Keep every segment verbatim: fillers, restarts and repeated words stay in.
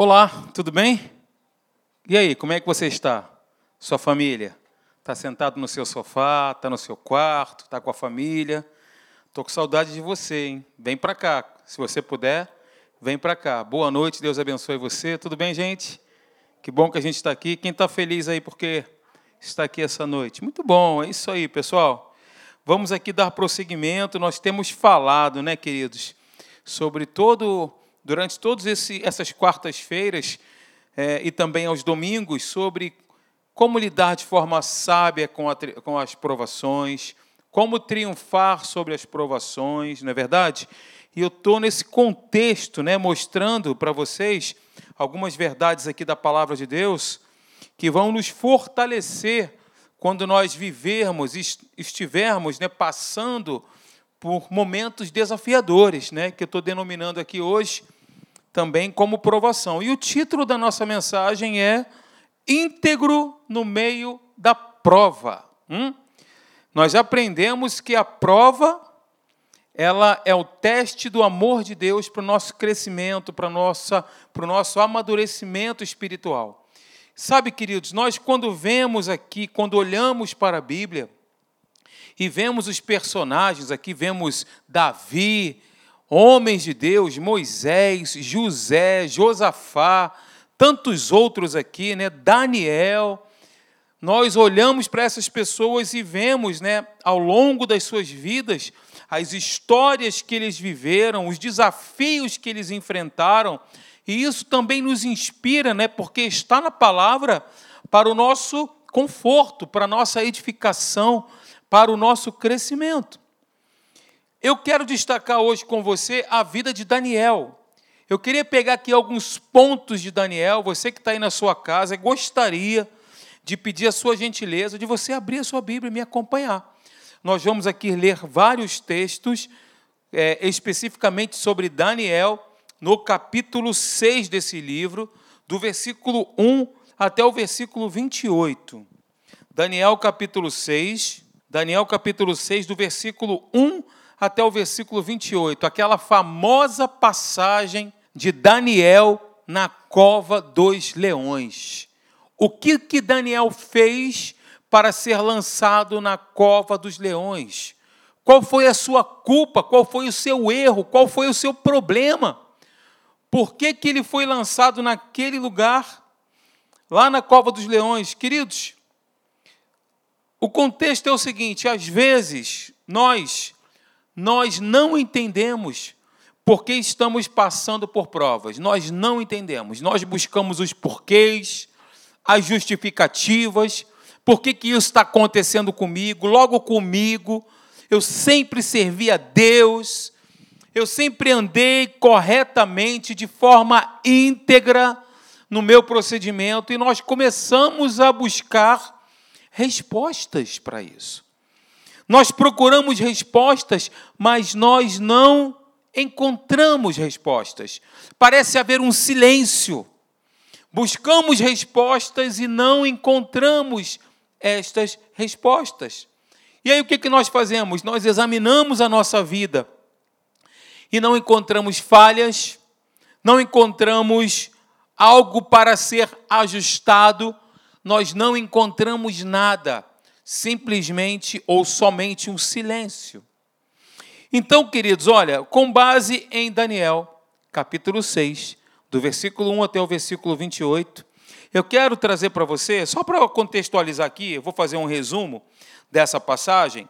Olá, tudo bem? E aí, como é que você está? Sua família? Está sentado no seu sofá, está no seu quarto, está com a família? Estou com saudade de você, hein? Vem para cá, se você puder, vem para cá. Boa noite, Deus abençoe você. Tudo bem, gente? Que bom que a gente está aqui. Quem está feliz aí porque está aqui essa noite? Muito bom, é isso aí, pessoal. Vamos aqui dar prosseguimento. Nós temos falado, né, queridos, sobre todo... Durante todas essas quartas-feiras é, e também aos domingos, sobre como lidar de forma sábia com, a, com as provações, como triunfar sobre as provações, não é verdade? E eu estou nesse contexto, né, mostrando para vocês algumas verdades aqui da Palavra de Deus que vão nos fortalecer quando nós vivermos, estivermos, né, passando por momentos desafiadores, né, que eu estou denominando aqui hoje também como provação. E o título da nossa mensagem é Íntegro no meio da prova. Hum? Nós aprendemos que a prova ela é o teste do amor de Deus para o nosso crescimento, para, nossa, para o nosso amadurecimento espiritual. Sabe, queridos, nós quando vemos aqui, quando olhamos para a Bíblia, e vemos os personagens aqui, vemos Davi, homens de Deus, Moisés, José, Josafá, tantos outros aqui, né? Daniel. Nós olhamos para essas pessoas e vemos, né, ao longo das suas vidas, as histórias que eles viveram, os desafios que eles enfrentaram, e isso também nos inspira, né, porque está na palavra para o nosso conforto, para a nossa edificação, para o nosso crescimento. Eu quero destacar hoje com você a vida de Daniel. Eu queria pegar aqui alguns pontos de Daniel. Você que está aí na sua casa, gostaria de pedir a sua gentileza de você abrir a sua Bíblia e me acompanhar. Nós vamos aqui ler vários textos, é, especificamente sobre Daniel, no capítulo seis desse livro, do versículo um até o versículo vinte e oito. Daniel, capítulo seis... Daniel capítulo seis, do versículo um até o versículo vinte e oito, aquela famosa passagem de Daniel na cova dos leões. O que, que Daniel fez para ser lançado na cova dos leões? Qual foi a sua culpa? Qual foi o seu erro? Qual foi o seu problema? Por que, que ele foi lançado naquele lugar, lá na cova dos leões? Queridos, o contexto é o seguinte: às vezes nós, nós não entendemos porque estamos passando por provas. Nós não entendemos. Nós buscamos os porquês, as justificativas. Por que, que isso está acontecendo comigo? Logo comigo. Eu sempre servi a Deus. Eu sempre andei corretamente, de forma íntegra no meu procedimento. E nós começamos a buscar respostas para isso. Nós procuramos respostas, mas nós não encontramos respostas. Parece haver um silêncio. Buscamos respostas e não encontramos estas respostas. E aí o que, que nós fazemos? Nós examinamos a nossa vida e não encontramos falhas, não encontramos algo para ser ajustado, nós não encontramos nada, simplesmente ou somente um silêncio. Então, queridos, olha, com base em Daniel, capítulo seis, do versículo um até o versículo vinte e oito, eu quero trazer para você, só para contextualizar aqui, eu vou fazer um resumo dessa passagem.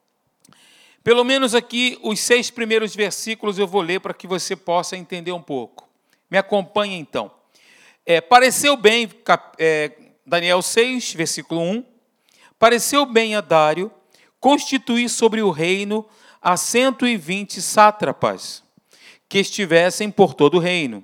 Pelo menos aqui, os seis primeiros versículos eu vou ler para que você possa entender um pouco. Me acompanhe, então. É, pareceu bem... É, Daniel seis, versículo um, pareceu bem a Dário constituir sobre o reino a cento e vinte sátrapas, que estivessem por todo o reino,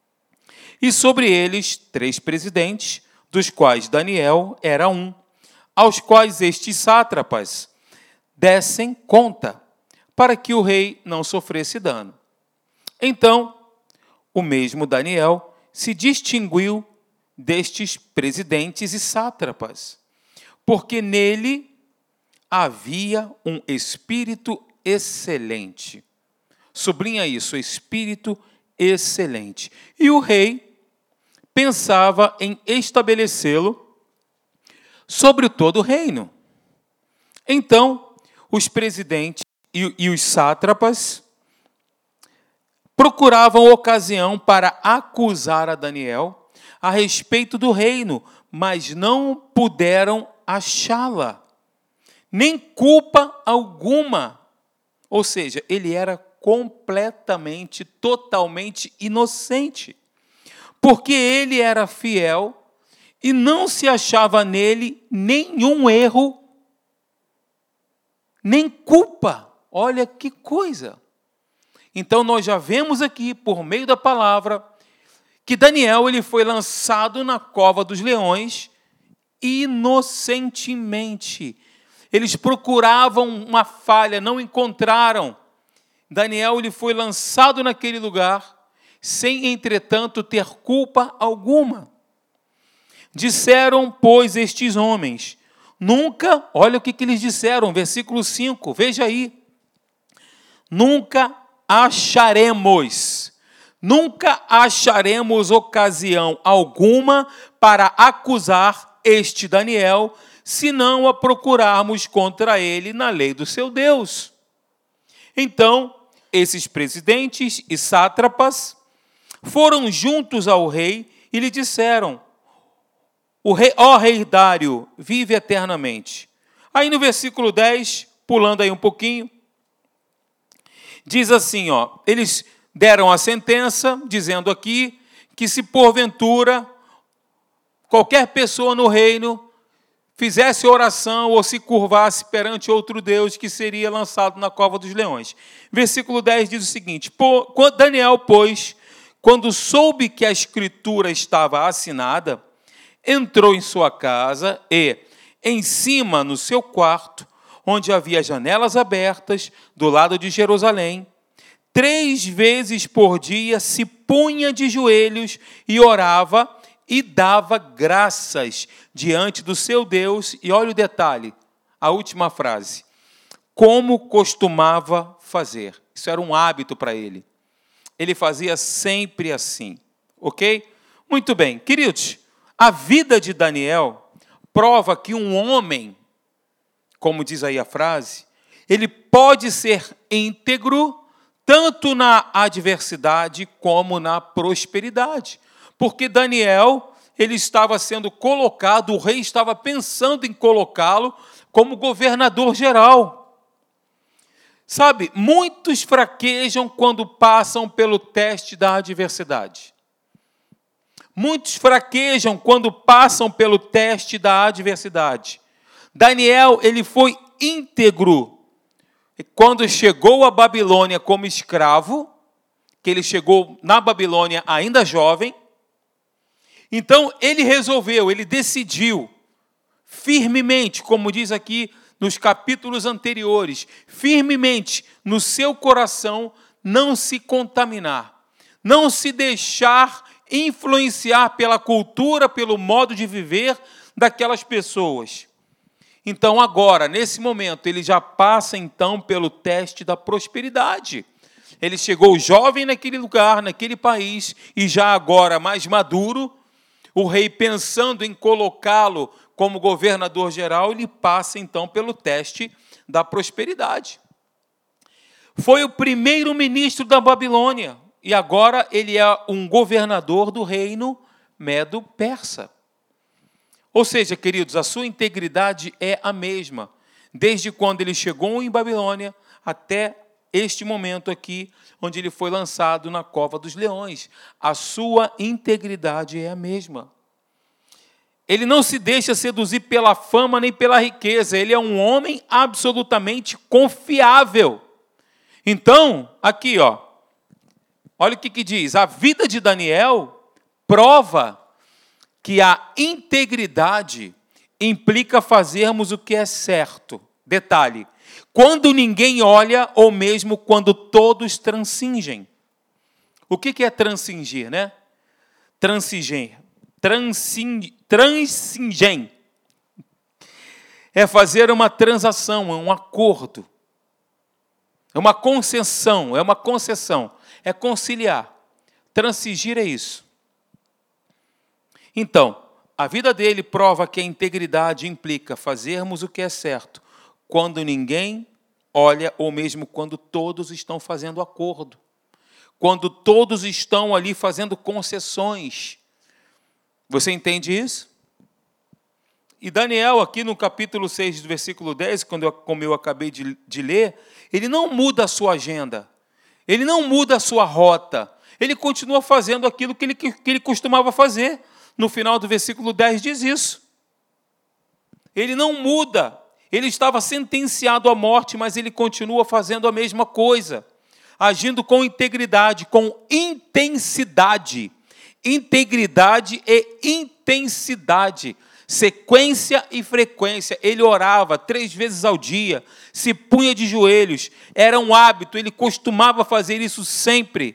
e sobre eles três presidentes, dos quais Daniel era um, aos quais estes sátrapas dessem conta, para que o rei não sofresse dano. Então, o mesmo Daniel se distinguiu destes presidentes e sátrapas, porque nele havia um espírito excelente. Sublinha isso, espírito excelente. E o rei pensava em estabelecê-lo sobre todo o reino. Então, os presidentes e, e os sátrapas procuravam ocasião para acusar a Daniel a respeito do reino, mas não puderam achá-la, nem culpa alguma. Ou seja, ele era completamente, totalmente inocente, porque ele era fiel e não se achava nele nenhum erro, nem culpa. Olha que coisa! Então, nós já vemos aqui, por meio da palavra, que Daniel ele foi lançado na cova dos leões inocentemente. Eles procuravam uma falha, não encontraram. Daniel ele foi lançado naquele lugar, sem, entretanto, ter culpa alguma. Disseram, pois, estes homens, nunca, olha o que, que eles disseram, versículo cinco, veja aí, nunca acharemos, nunca acharemos ocasião alguma para acusar este Daniel, se não a procurarmos contra ele na lei do seu Deus. Então, esses presidentes e sátrapas foram juntos ao rei e lhe disseram, o rei, ó rei Dário, vive eternamente. Aí no versículo dez, pulando aí um pouquinho, diz assim, ó, eles deram a sentença, dizendo aqui, que se porventura qualquer pessoa no reino fizesse oração ou se curvasse perante outro Deus, que seria lançado na cova dos leões. Versículo dez diz o seguinte, Daniel, pois, quando soube que a escritura estava assinada, entrou em sua casa e, em cima, no seu quarto, onde havia janelas abertas, do lado de Jerusalém, três vezes por dia se punha de joelhos e orava e dava graças diante do seu Deus. E olha o detalhe, a última frase, como costumava fazer. Isso era um hábito para ele. Ele fazia sempre assim, ok? Muito bem, queridos, a vida de Daniel prova que um homem, como diz aí a frase, ele pode ser íntegro tanto na adversidade como na prosperidade. Porque Daniel, ele estava sendo colocado, o rei estava pensando em colocá-lo como governador geral. Sabe, muitos fraquejam quando passam pelo teste da adversidade. Muitos fraquejam quando passam pelo teste da adversidade. Daniel, ele foi íntegro. E quando chegou à Babilônia como escravo, que ele chegou na Babilônia ainda jovem, então ele resolveu, ele decidiu firmemente, como diz aqui nos capítulos anteriores, firmemente no seu coração não se contaminar, não se deixar influenciar pela cultura, pelo modo de viver daquelas pessoas. Então agora, nesse momento, ele já passa então pelo teste da prosperidade. Ele chegou jovem naquele lugar, naquele país, e já agora mais maduro, o rei pensando em colocá-lo como governador geral, ele passa então pelo teste da prosperidade. Foi o primeiro ministro da Babilônia, e agora ele é um governador do reino Medo-Persa. Ou seja, queridos, a sua integridade é a mesma, desde quando ele chegou em Babilônia até este momento aqui, onde ele foi lançado na cova dos leões. A sua integridade é a mesma. Ele não se deixa seduzir pela fama nem pela riqueza, ele é um homem absolutamente confiável. Então, aqui, ó, olha o que, que diz, a vida de Daniel prova que a integridade implica fazermos o que é certo. Detalhe, quando ninguém olha ou mesmo quando todos transingem. O que, que é transingir, né? Transigir. Transing, transingem. É fazer uma transação, é um acordo. É uma concessão, é uma concessão. É conciliar. Transigir é isso. Então, a vida dele prova que a integridade implica fazermos o que é certo, quando ninguém olha, ou mesmo quando todos estão fazendo acordo, quando todos estão ali fazendo concessões. Você entende isso? E Daniel, aqui no capítulo seis, do versículo dez, quando eu, como eu acabei de, de ler, ele não muda a sua agenda, ele não muda a sua rota, ele continua fazendo aquilo que ele, que ele costumava fazer. No final do versículo dez diz isso. Ele não muda, ele estava sentenciado à morte, mas ele continua fazendo a mesma coisa, agindo com integridade, com intensidade. Integridade e intensidade. Sequência e frequência. Ele orava três vezes ao dia, se punha de joelhos, era um hábito, ele costumava fazer isso sempre.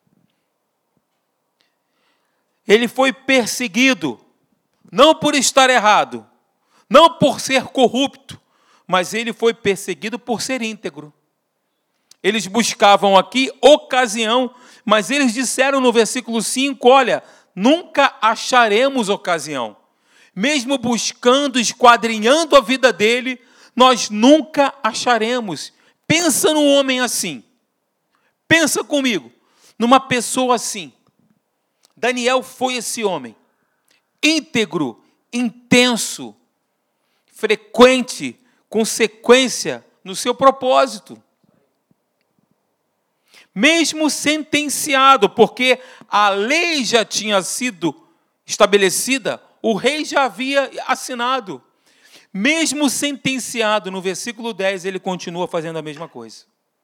Ele foi perseguido, não por estar errado, não por ser corrupto, mas ele foi perseguido por ser íntegro. Eles buscavam aqui ocasião, mas eles disseram no versículo cinco, olha, nunca acharemos ocasião. Mesmo buscando, esquadrinhando a vida dele, nós nunca acharemos. Pensa num homem assim. Pensa comigo, numa pessoa assim. Daniel foi esse homem, íntegro, intenso, frequente, com sequência no seu propósito. Mesmo sentenciado, porque a lei já tinha sido estabelecida, o rei já havia assinado. Mesmo sentenciado, no versículo dez, ele continua fazendo a mesma coisa.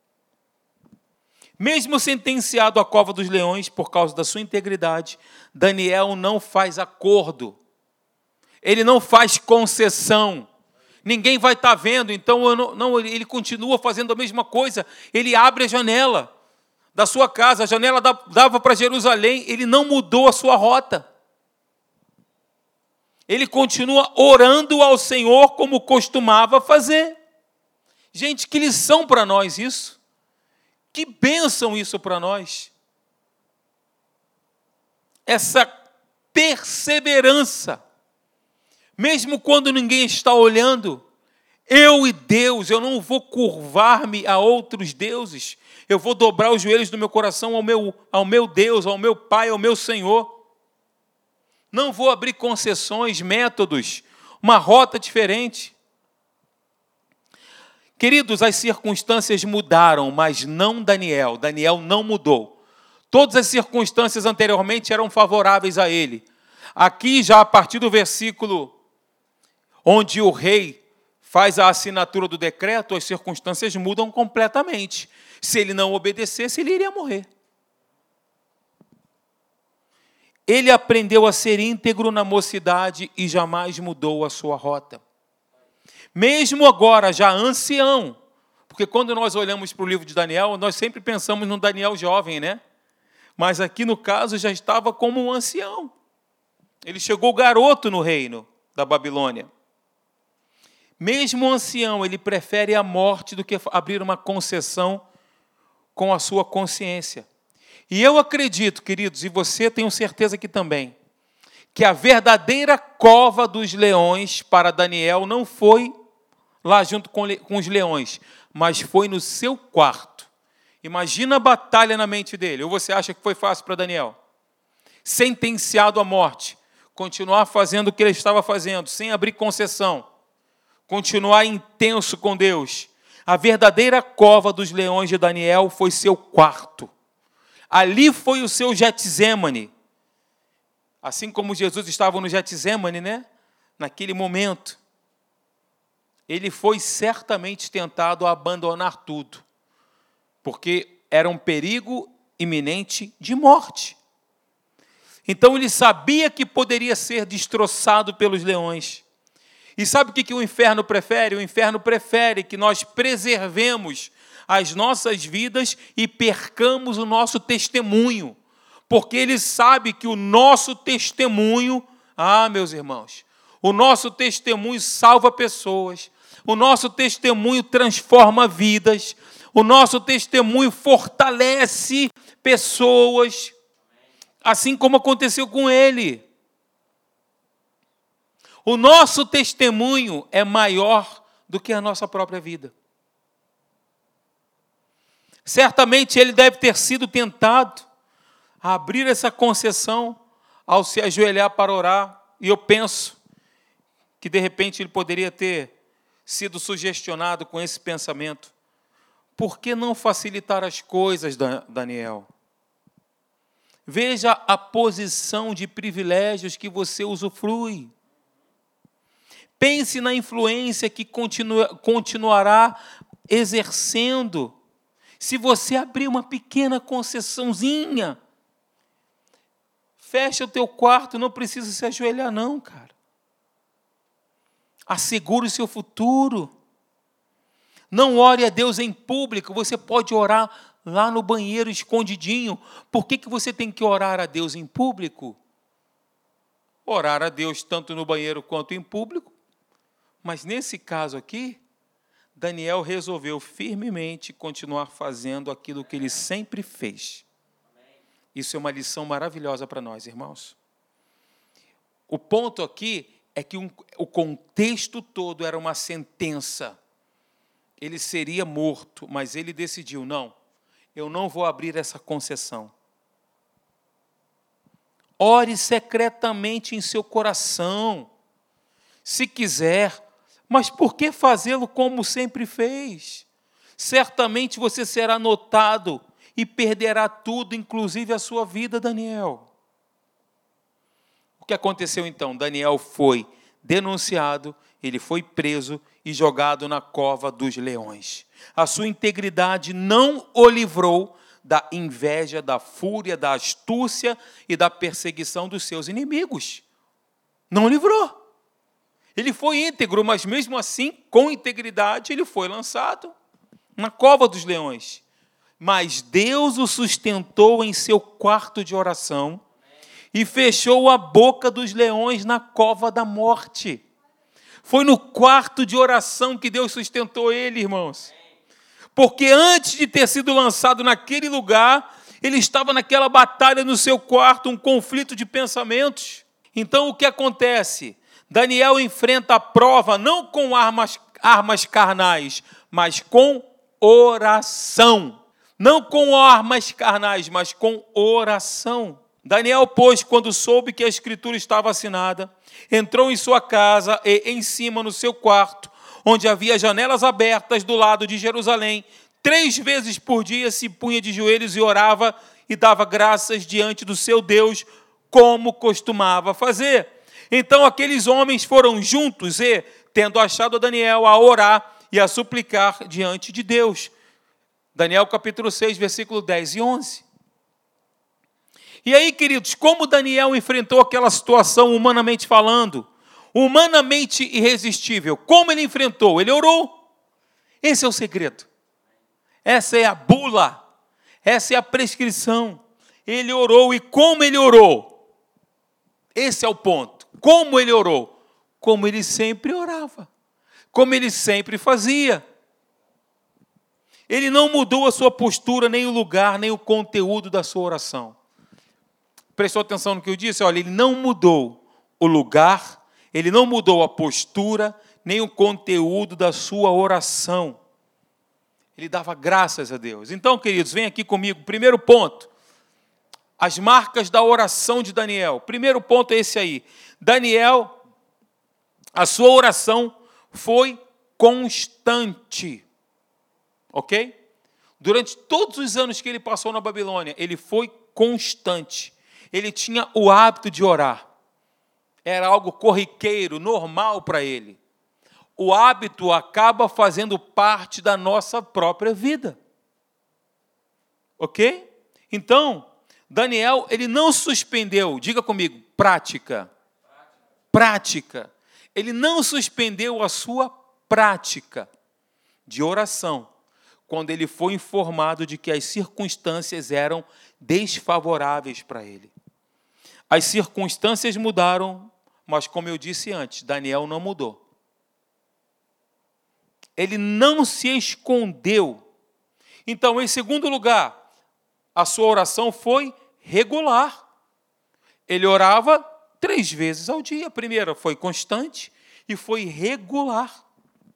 Mesmo sentenciado à cova dos leões por causa da sua integridade, Daniel não faz acordo. Ele não faz concessão. Ninguém vai estar vendo, então eu não, não, ele continua fazendo a mesma coisa. Ele abre a janela da sua casa, a janela dava para Jerusalém, ele não mudou a sua rota. Ele continua orando ao Senhor como costumava fazer. Gente, que lição para nós isso. Que bênção isso para nós. Essa perseverança. Mesmo quando ninguém está olhando, eu e Deus, eu não vou curvar-me a outros deuses. Eu vou dobrar os joelhos do meu coração ao meu, ao meu Deus, ao meu Pai, ao meu Senhor. Não vou abrir concessões, métodos, uma rota diferente. Queridos, as circunstâncias mudaram, mas não Daniel. Daniel não mudou. Todas as circunstâncias anteriormente eram favoráveis a ele. Aqui, já a partir do versículo onde o rei faz a assinatura do decreto, as circunstâncias mudam completamente. Se ele não obedecesse, ele iria morrer. Ele aprendeu a ser íntegro na mocidade e jamais mudou a sua rota. Mesmo agora, já ancião, porque quando nós olhamos para o livro de Daniel, nós sempre pensamos no Daniel jovem, né? Mas aqui no caso já estava como um ancião. Ele chegou garoto no reino da Babilônia. Mesmo ancião, ele prefere a morte do que abrir uma concessão com a sua consciência. E eu acredito, queridos, e você tenho certeza que também, que a verdadeira cova dos leões para Daniel não foi lá junto com os leões, mas foi no seu quarto. Imagina a batalha na mente dele. Ou você acha que foi fácil para Daniel? Sentenciado à morte, continuar fazendo o que ele estava fazendo, sem abrir concessão, continuar intenso com Deus. A verdadeira cova dos leões de Daniel foi seu quarto. Ali foi o seu Getsemane. Assim como Jesus estava no Getsemane, né? Naquele momento. Ele foi certamente tentado a abandonar tudo. Porque era um perigo iminente de morte. Então ele sabia que poderia ser destroçado pelos leões. E sabe o que o inferno prefere? O inferno prefere que nós preservemos as nossas vidas e percamos o nosso testemunho. Porque ele sabe que o nosso testemunho, ah, meus irmãos, o nosso testemunho salva pessoas, o nosso testemunho transforma vidas, o nosso testemunho fortalece pessoas, assim como aconteceu com ele. O nosso testemunho é maior do que a nossa própria vida. Certamente ele deve ter sido tentado a abrir essa concessão ao se ajoelhar para orar. E eu penso que, de repente, ele poderia ter sido sugestionado com esse pensamento. Por que não facilitar as coisas, Daniel? Veja a posição de privilégios que você usufrui. Pense na influência que continua, continuará exercendo se você abrir uma pequena concessãozinha. Fecha o teu quarto, não precisa se ajoelhar não, cara. Assegure o seu futuro. Não ore a Deus em público, você pode orar lá no banheiro escondidinho. Por que que você tem que orar a Deus em público? Orar a Deus tanto no banheiro quanto em público. Mas nesse caso aqui, Daniel resolveu firmemente continuar fazendo aquilo que ele sempre fez. Isso é uma lição maravilhosa para nós, irmãos. O ponto aqui é que um, o contexto todo era uma sentença. Ele seria morto, mas ele decidiu, não, eu não vou abrir essa concessão. Ore secretamente em seu coração, se quiser, mas por que fazê-lo como sempre fez? Certamente você será notado e perderá tudo, inclusive a sua vida, Daniel. O que aconteceu então? Daniel foi denunciado, ele foi preso e jogado na cova dos leões. A sua integridade não o livrou da inveja, da fúria, da astúcia e da perseguição dos seus inimigos. Não livrou. Ele foi íntegro, mas mesmo assim, com integridade, ele foi lançado na cova dos leões. Mas Deus o sustentou em seu quarto de oração e fechou a boca dos leões na cova da morte. Foi no quarto de oração que Deus sustentou ele, irmãos. Porque antes de ter sido lançado naquele lugar, ele estava naquela batalha no seu quarto, um conflito de pensamentos. Então, o que acontece? Daniel enfrenta a prova não com armas, armas carnais, mas com oração. Não com armas carnais, mas com oração. Daniel, pois, quando soube que a escritura estava assinada, entrou em sua casa e em cima no seu quarto, onde havia janelas abertas do lado de Jerusalém, três vezes por dia se punha de joelhos e orava e dava graças diante do seu Deus, como costumava fazer. Então aqueles homens foram juntos e, tendo achado a Daniel, a orar e a suplicar diante de Deus. Daniel capítulo seis, versículo dez e onze. E aí, queridos, como Daniel enfrentou aquela situação humanamente falando, humanamente irresistível, como ele enfrentou? Ele orou. Esse é o segredo. Essa é a bula. Essa é a prescrição. Ele orou. E como ele orou? Esse é o ponto. Como ele orou? Como ele sempre orava. Como ele sempre fazia. Ele não mudou a sua postura, nem o lugar, nem o conteúdo da sua oração. Prestou atenção no que eu disse? Olha, ele não mudou o lugar, ele não mudou a postura, nem o conteúdo da sua oração. Ele dava graças a Deus. Então, queridos, vem aqui comigo. Primeiro ponto, as marcas da oração de Daniel. Primeiro ponto é esse aí. Daniel, a sua oração foi constante. Ok? Durante todos os anos que ele passou na Babilônia, ele foi constante. Ele tinha o hábito de orar. Era algo corriqueiro, normal para ele. O hábito acaba fazendo parte da nossa própria vida. Ok? Então, Daniel, ele não suspendeu, diga comigo, prática. Prática. Ele não suspendeu a sua prática de oração, quando ele foi informado de que as circunstâncias eram desfavoráveis para ele. As circunstâncias mudaram, mas como eu disse antes, Daniel não mudou. Ele não se escondeu. Então, em segundo lugar, a sua oração foi regular. Ele orava Três vezes ao dia. A primeira foi constante e foi regular.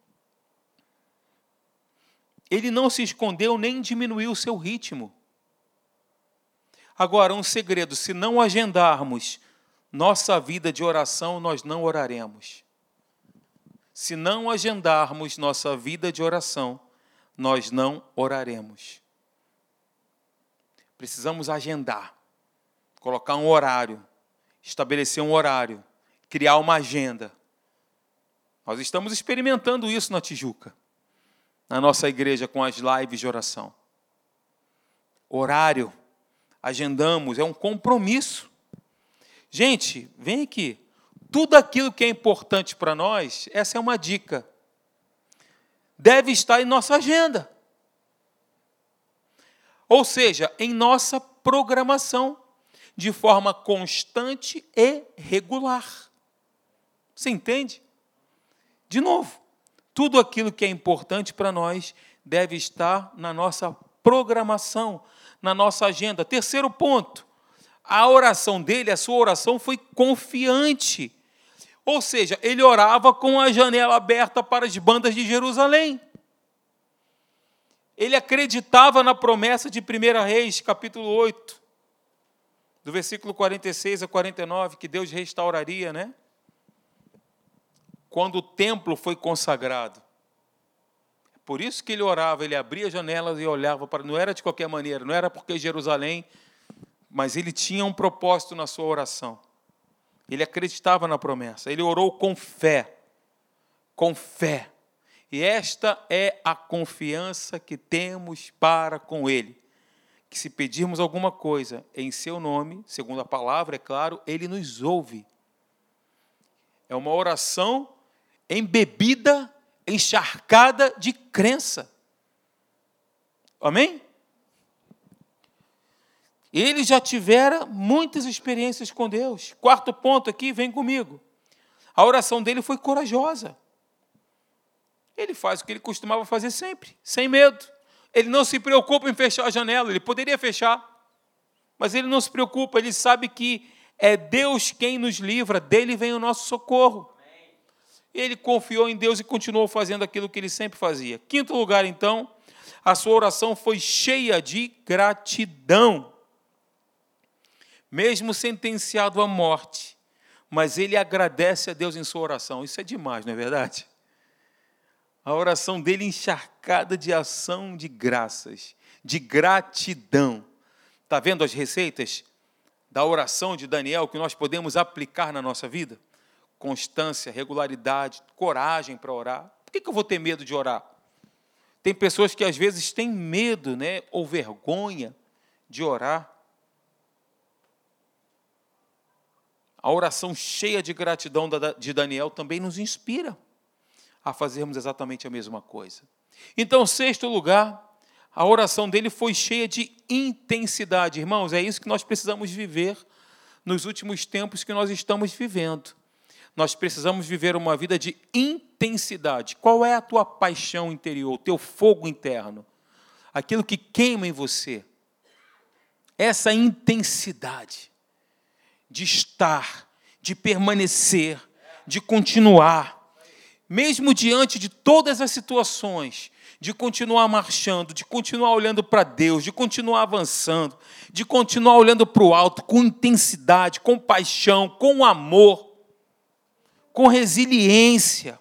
Ele não se escondeu nem diminuiu o seu ritmo. Agora, um segredo: se não agendarmos nossa vida de oração, nós não oraremos. Se não agendarmos nossa vida de oração, nós não oraremos. Precisamos agendar, colocar um horário, estabelecer um horário, criar uma agenda. Nós estamos experimentando isso na Tijuca, na nossa igreja, com as lives de oração. Horário, agendamos, é um compromisso. Gente, vem aqui. Tudo aquilo que é importante para nós, essa é uma dica, deve estar em nossa agenda. Ou seja, em nossa programação, de forma constante e regular. Você entende? De novo, tudo aquilo que é importante para nós deve estar na nossa programação, na nossa agenda. Terceiro ponto, a oração dele, a sua oração foi confiante. Ou seja, ele orava com a janela aberta para as bandas de Jerusalém. Ele acreditava na promessa de primeira Reis, capítulo oito, do versículo quarenta e seis a quarenta e nove, que Deus restauraria, né? Quando o templo foi consagrado. Por isso que ele orava, ele abria janelas e olhava para... Não era de qualquer maneira, não era porque Jerusalém, mas ele tinha um propósito na sua oração. Ele acreditava na promessa, ele orou com fé, com fé. E esta é a confiança que temos para com ele, que se pedirmos alguma coisa em seu nome, segundo a palavra, é claro, ele nos ouve. É uma oração embebida, encharcada de crença. Amém? Ele já tivera muitas experiências com Deus. Quarto ponto aqui, vem comigo. A oração dele foi corajosa. Ele faz o que ele costumava fazer sempre, sem medo. Ele não se preocupa em fechar a janela, ele poderia fechar, mas ele não se preocupa, ele sabe que é Deus quem nos livra, dele vem o nosso socorro. Ele confiou em Deus e continuou fazendo aquilo que ele sempre fazia. Quinto lugar, então, a sua oração foi cheia de gratidão. Mesmo sentenciado à morte, mas ele agradece a Deus em sua oração. Isso é demais, não é verdade? A oração dele encharcada de ação de graças, de gratidão. Está vendo as receitas da oração de Daniel que nós podemos aplicar na nossa vida? Constância, regularidade, coragem para orar. Por que eu vou ter medo de orar? Tem pessoas que às vezes têm medo, né, ou vergonha de orar. A oração cheia de gratidão de Daniel também nos inspira a fazermos exatamente a mesma coisa. Então, sexto lugar, a oração dele foi cheia de intensidade. Irmãos, é isso que nós precisamos viver nos últimos tempos que nós estamos vivendo. Nós precisamos viver uma vida de intensidade. Qual é a tua paixão interior, o teu fogo interno? Aquilo que queima em você. Essa intensidade de estar, de permanecer, de continuar. Mesmo diante de todas as situações, de continuar marchando, de continuar olhando para Deus, de continuar avançando, de continuar olhando para o alto com intensidade, com paixão, com amor, com resiliência,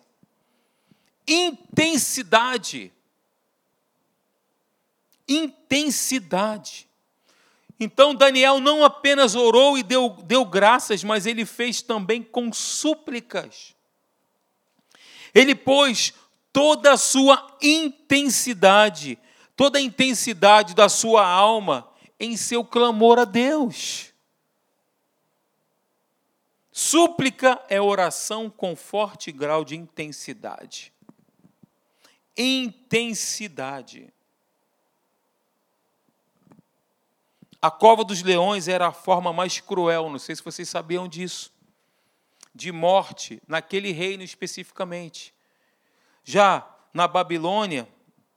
intensidade. Intensidade. Então, Daniel não apenas orou e deu, deu graças, mas ele fez também com súplicas. Ele pôs toda a sua intensidade, toda a intensidade da sua alma em seu clamor a Deus. Súplica é oração com forte grau de intensidade. Intensidade. A cova dos leões era a forma mais cruel, não sei se vocês sabiam disso, de morte, naquele reino especificamente. Já na Babilônia,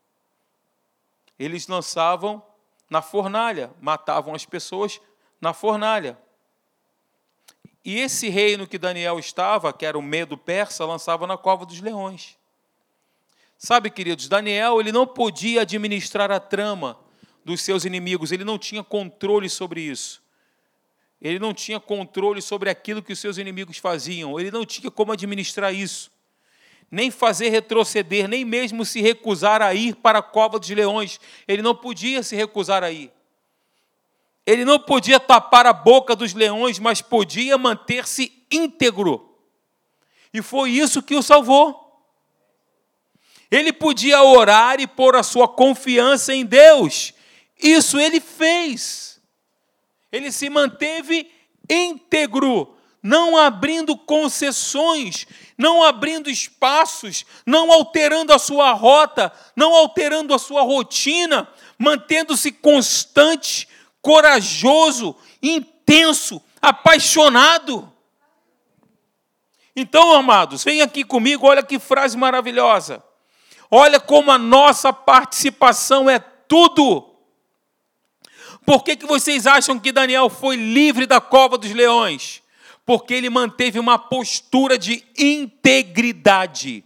eles lançavam na fornalha, matavam as pessoas na fornalha. E esse reino que Daniel estava, que era o Medo persa, lançava na cova dos leões. Sabe, queridos, Daniel ele não podia administrar a trama dos seus inimigos, ele não tinha controle sobre isso. Ele não tinha controle sobre aquilo que os seus inimigos faziam, ele não tinha como administrar isso, nem fazer retroceder, nem mesmo se recusar a ir para a cova dos leões. Ele não podia se recusar a ir. Ele não podia tapar a boca dos leões, mas podia manter-se íntegro. E foi isso que o salvou. Ele podia orar e pôr a sua confiança em Deus. Isso ele fez. Ele se manteve íntegro, não abrindo concessões, não abrindo espaços, não alterando a sua rota, não alterando a sua rotina, mantendo-se constante, corajoso, intenso, apaixonado. Então, amados, vem aqui comigo, olha que frase maravilhosa. Olha como a nossa participação é tudo. Por que que vocês acham que Daniel foi livre da cova dos leões? Porque ele manteve uma postura de integridade.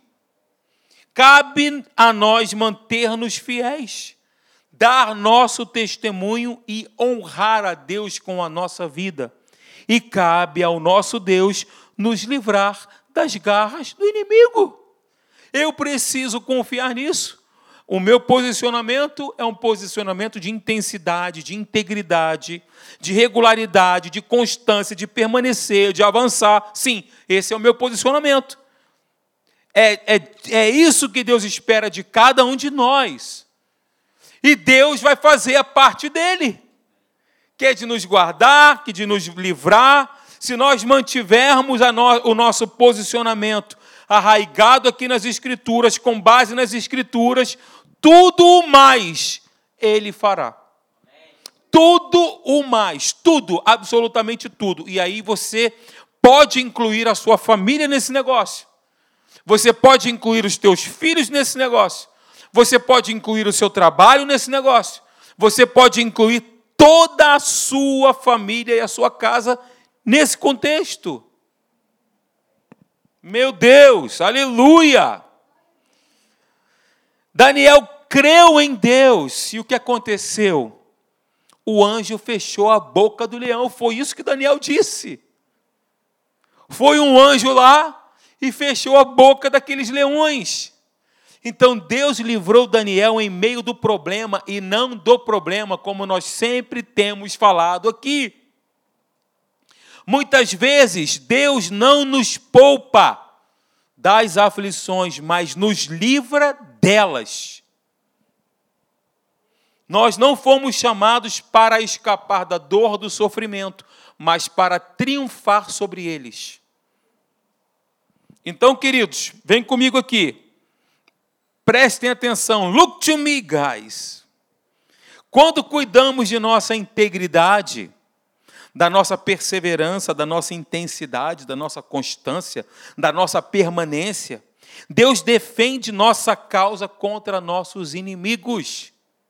Cabe a nós manter-nos fiéis, dar nosso testemunho e honrar a Deus com a nossa vida. E cabe ao nosso Deus nos livrar das garras do inimigo. Eu preciso confiar nisso. O meu posicionamento é um posicionamento de intensidade, de integridade, de regularidade, de constância, de permanecer, de avançar. Sim, esse é o meu posicionamento. É, é, é isso que Deus espera de cada um de nós. E Deus vai fazer a parte dele, que é de nos guardar, que de nos livrar, se nós mantivermos a no, o nosso posicionamento arraigado aqui nas Escrituras, com base nas Escrituras, tudo o mais Ele fará. Tudo o mais, tudo, absolutamente tudo. E aí você pode incluir a sua família nesse negócio. Você pode incluir os teus filhos nesse negócio. Você pode incluir o seu trabalho nesse negócio. Você pode incluir toda a sua família e a sua casa nesse contexto. Meu Deus, aleluia! Daniel creu em Deus. E o que aconteceu? O anjo fechou a boca do leão. Foi isso que Daniel disse. Foi um anjo lá e fechou a boca daqueles leões. Então Deus livrou Daniel em meio do problema e não do problema, como nós sempre temos falado aqui. Muitas vezes Deus não nos poupa das aflições, mas nos livra delas. Nós não fomos chamados para escapar da dor, do sofrimento, mas para triunfar sobre eles. Então, queridos, vem comigo aqui. Prestem atenção. Look to me, guys. Quando cuidamos de nossa integridade, da nossa perseverança, da nossa intensidade, da nossa constância, da nossa permanência, Deus defende nossa causa contra nossos inimigos.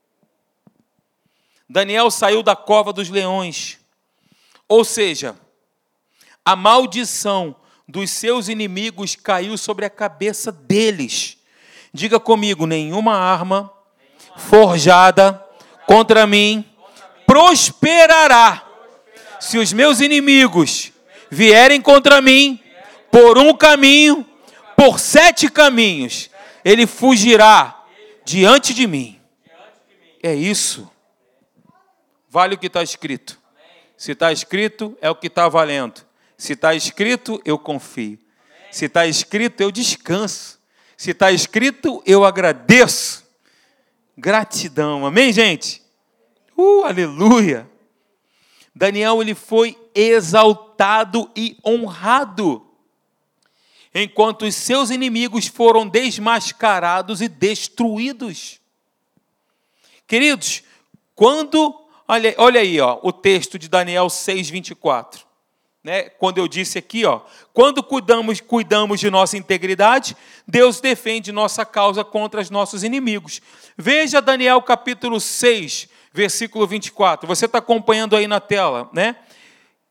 Daniel saiu da cova dos leões, ou seja, a maldição dos seus inimigos caiu sobre a cabeça deles. Diga comigo, nenhuma arma forjada contra mim prosperará. Se os meus inimigos vierem contra mim por um caminho, por sete caminhos, ele fugirá diante de mim. É isso. Vale o que está escrito. Se está escrito, é o que está valendo. Se está escrito, eu confio. Se está escrito, eu descanso. Se está escrito, eu agradeço. Gratidão. Amém, gente? Uh, aleluia. Daniel ele foi exaltado e honrado, enquanto os seus inimigos foram desmascarados e destruídos. Queridos, quando, olha, olha aí, ó, o texto de Daniel seis, vinte e quatro. Né? Quando eu disse aqui, ó, quando cuidamos, cuidamos de nossa integridade, Deus defende nossa causa contra os nossos inimigos. Veja Daniel capítulo seis, versículo vinte e quatro. Você está acompanhando aí na tela, né?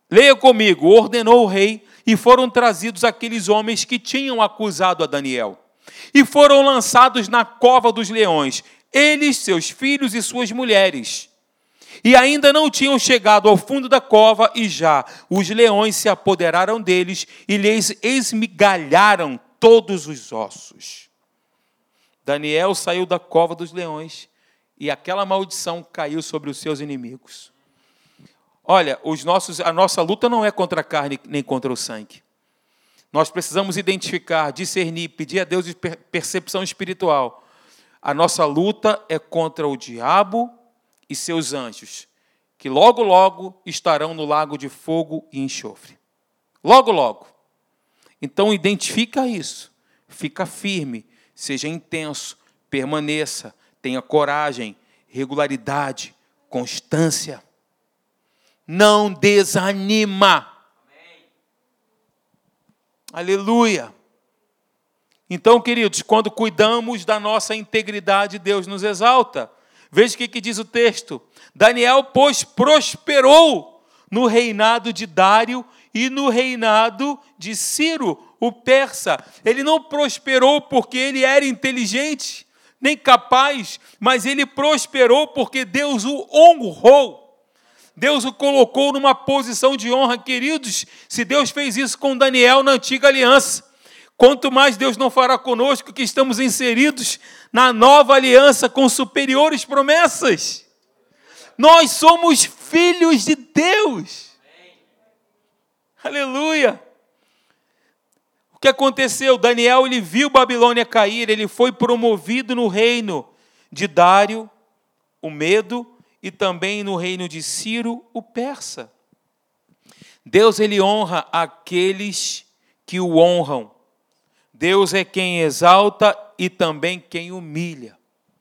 Leia comigo. Ordenou o rei e foram trazidos aqueles homens que tinham acusado a Daniel. E foram lançados na cova dos leões, eles, seus filhos e suas mulheres. E ainda não tinham chegado ao fundo da cova, e já os leões se apoderaram deles e lhes esmigalharam todos os ossos. Daniel saiu da cova dos leões e aquela maldição caiu sobre os seus inimigos. Olha, os nossos, a nossa luta não é contra a carne nem contra o sangue. Nós precisamos identificar, discernir, pedir a Deus percepção espiritual. A nossa luta é contra o diabo e seus anjos, que logo, logo estarão no lago de fogo e enxofre. Logo, logo. Então, identifica isso. Fica firme, seja intenso, permaneça, tenha coragem, regularidade, constância. Não desanima. Amém. Aleluia. Então, queridos, quando cuidamos da nossa integridade, Deus nos exalta. Veja o que, que diz o texto. Daniel, pois, prosperou no reinado de Dário e no reinado de Ciro, o persa. Ele não prosperou porque ele era inteligente, nem capaz, mas ele prosperou porque Deus o honrou. Deus o colocou numa posição de honra, queridos. Se Deus fez isso com Daniel na antiga aliança, quanto mais Deus não fará conosco, que estamos inseridos na nova aliança com superiores promessas. Nós somos filhos de Deus. Aleluia. O que aconteceu? Daniel, ele viu Babilônia cair, ele foi promovido no reino de Dário, o Medo, e também no reino de Ciro, o persa. Deus, ele honra aqueles que o honram. Deus é quem exalta e também quem humilha.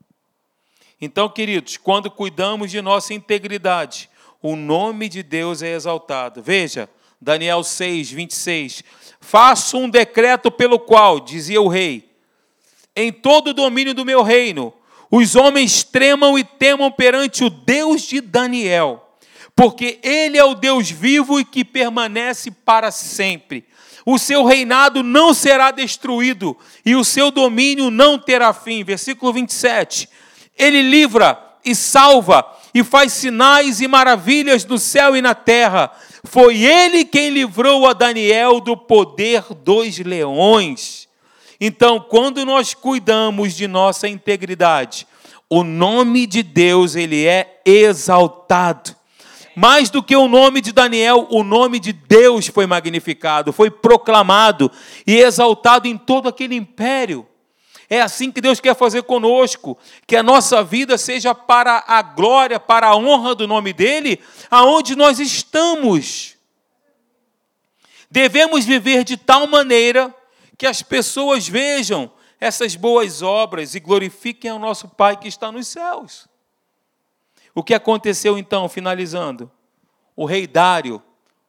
Então, queridos, quando cuidamos de nossa integridade, o nome de Deus é exaltado. Veja, Daniel seis, vinte e seis. Faço um decreto pelo qual, dizia o rei, em todo o domínio do meu reino, os homens tremam e temam perante o Deus de Daniel, porque ele é o Deus vivo e que permanece para sempre. O seu reinado não será destruído e o seu domínio não terá fim. Versículo vinte e sete. Ele livra e salva e faz sinais e maravilhas no céu e na terra. Foi ele quem livrou a Daniel do poder dos leões. Então, quando nós cuidamos de nossa integridade, o nome de Deus, ele é exaltado. Mais do que o nome de Daniel, o nome de Deus foi magnificado, foi proclamado e exaltado em todo aquele império. É assim que Deus quer fazer conosco, que a nossa vida seja para a glória, para a honra do nome dele, aonde nós estamos. Devemos viver de tal maneira que as pessoas vejam essas boas obras e glorifiquem ao nosso Pai que está nos céus. O que aconteceu então, finalizando? O rei Dário,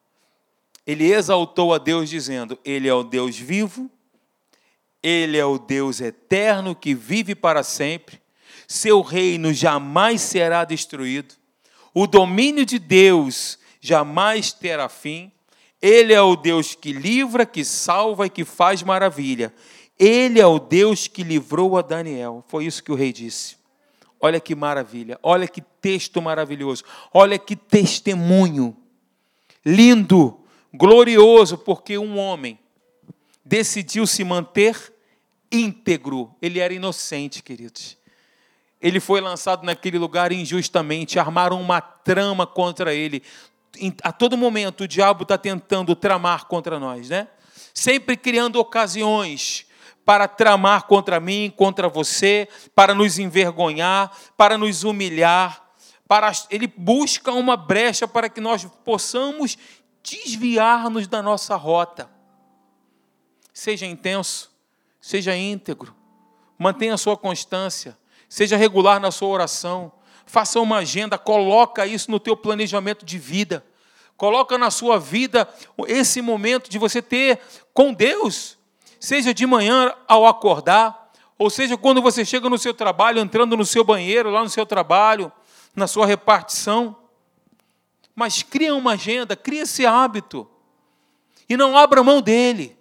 ele exaltou a Deus dizendo, ele é o Deus vivo, ele é o Deus eterno que vive para sempre, seu reino jamais será destruído, o domínio de Deus jamais terá fim, ele é o Deus que livra, que salva e que faz maravilha. Ele é o Deus que livrou a Daniel. Foi isso que o rei disse. Olha que maravilha, olha que texto maravilhoso, olha que testemunho lindo, glorioso, porque um homem decidiu se manter íntegro. Ele era inocente, queridos. Ele foi lançado naquele lugar injustamente, armaram uma trama contra ele. A todo momento o diabo está tentando tramar contra nós, né? Sempre criando ocasiões para tramar contra mim, contra você, para nos envergonhar, para nos humilhar. Para, ele busca uma brecha para que nós possamos desviar-nos da nossa rota. Seja intenso, seja íntegro, mantenha a sua constância, seja regular na sua oração, faça uma agenda, coloca isso no teu planejamento de vida, coloca na sua vida esse momento de você ter com Deus, seja de manhã ao acordar, ou seja, quando você chega no seu trabalho, entrando no seu banheiro, lá no seu trabalho, na sua repartição. mas cria uma agenda, cria esse hábito. E não abra mão dele.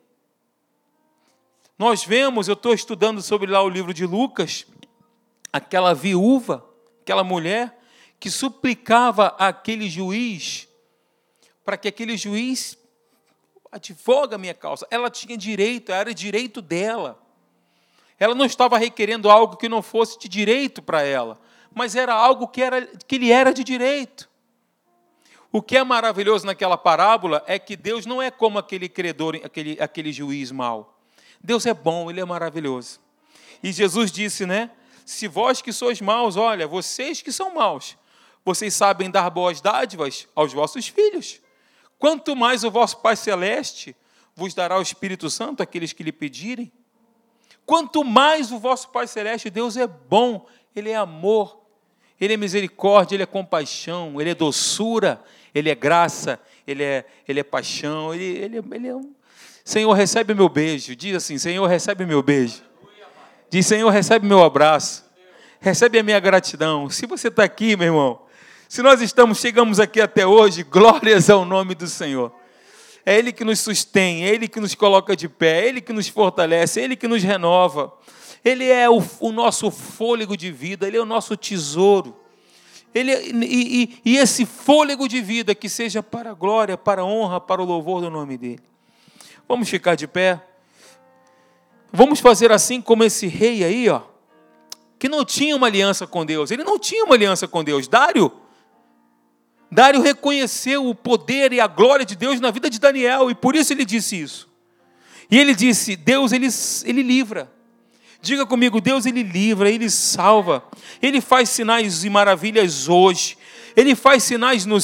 Nós vemos, eu estou estudando sobre lá o livro de Lucas, aquela viúva, aquela mulher que suplicava àquele juiz, para que aquele juiz advoga a minha causa. Ela tinha direito, era direito dela. Ela não estava requerendo algo que não fosse de direito para ela, mas era algo que, era, que lhe era de direito. O que é maravilhoso naquela parábola é que Deus não é como aquele credor, aquele, aquele juiz mau. Deus é bom, Ele é maravilhoso. E Jesus disse, né? Se vós que sois maus, olha, vocês que são maus, vocês sabem dar boas dádivas aos vossos filhos. Quanto mais o vosso Pai Celeste vos dará o Espírito Santo àqueles que lhe pedirem. Quanto mais o vosso Pai Celeste, Deus é bom, Ele é amor, Ele é misericórdia, Ele é compaixão, Ele é doçura, Ele é graça, Ele é, ele é paixão, Ele, ele, ele é um... Senhor, recebe meu beijo. Diz assim, Senhor, recebe meu beijo. Diz, Senhor, recebe meu abraço. Recebe a minha gratidão. Se você está aqui, meu irmão, se nós estamos, chegamos aqui até hoje, glórias ao nome do Senhor. É Ele que nos sustém, é Ele que nos coloca de pé, é Ele que nos fortalece, é Ele que nos renova. Ele é o, o nosso fôlego de vida, Ele é o nosso tesouro. Ele, e, e, e esse fôlego de vida que seja para a glória, para a honra, para o louvor do nome dEle. Vamos ficar de pé? Vamos fazer assim como esse rei aí, ó, que não tinha uma aliança com Deus. Ele não tinha uma aliança com Deus. Dário, Dário reconheceu o poder e a glória de Deus na vida de Daniel, e por isso ele disse isso. E ele disse, Deus, ele, ele livra. Diga comigo, Deus, Ele livra, Ele salva. Ele faz sinais e maravilhas hoje. Ele faz sinais nos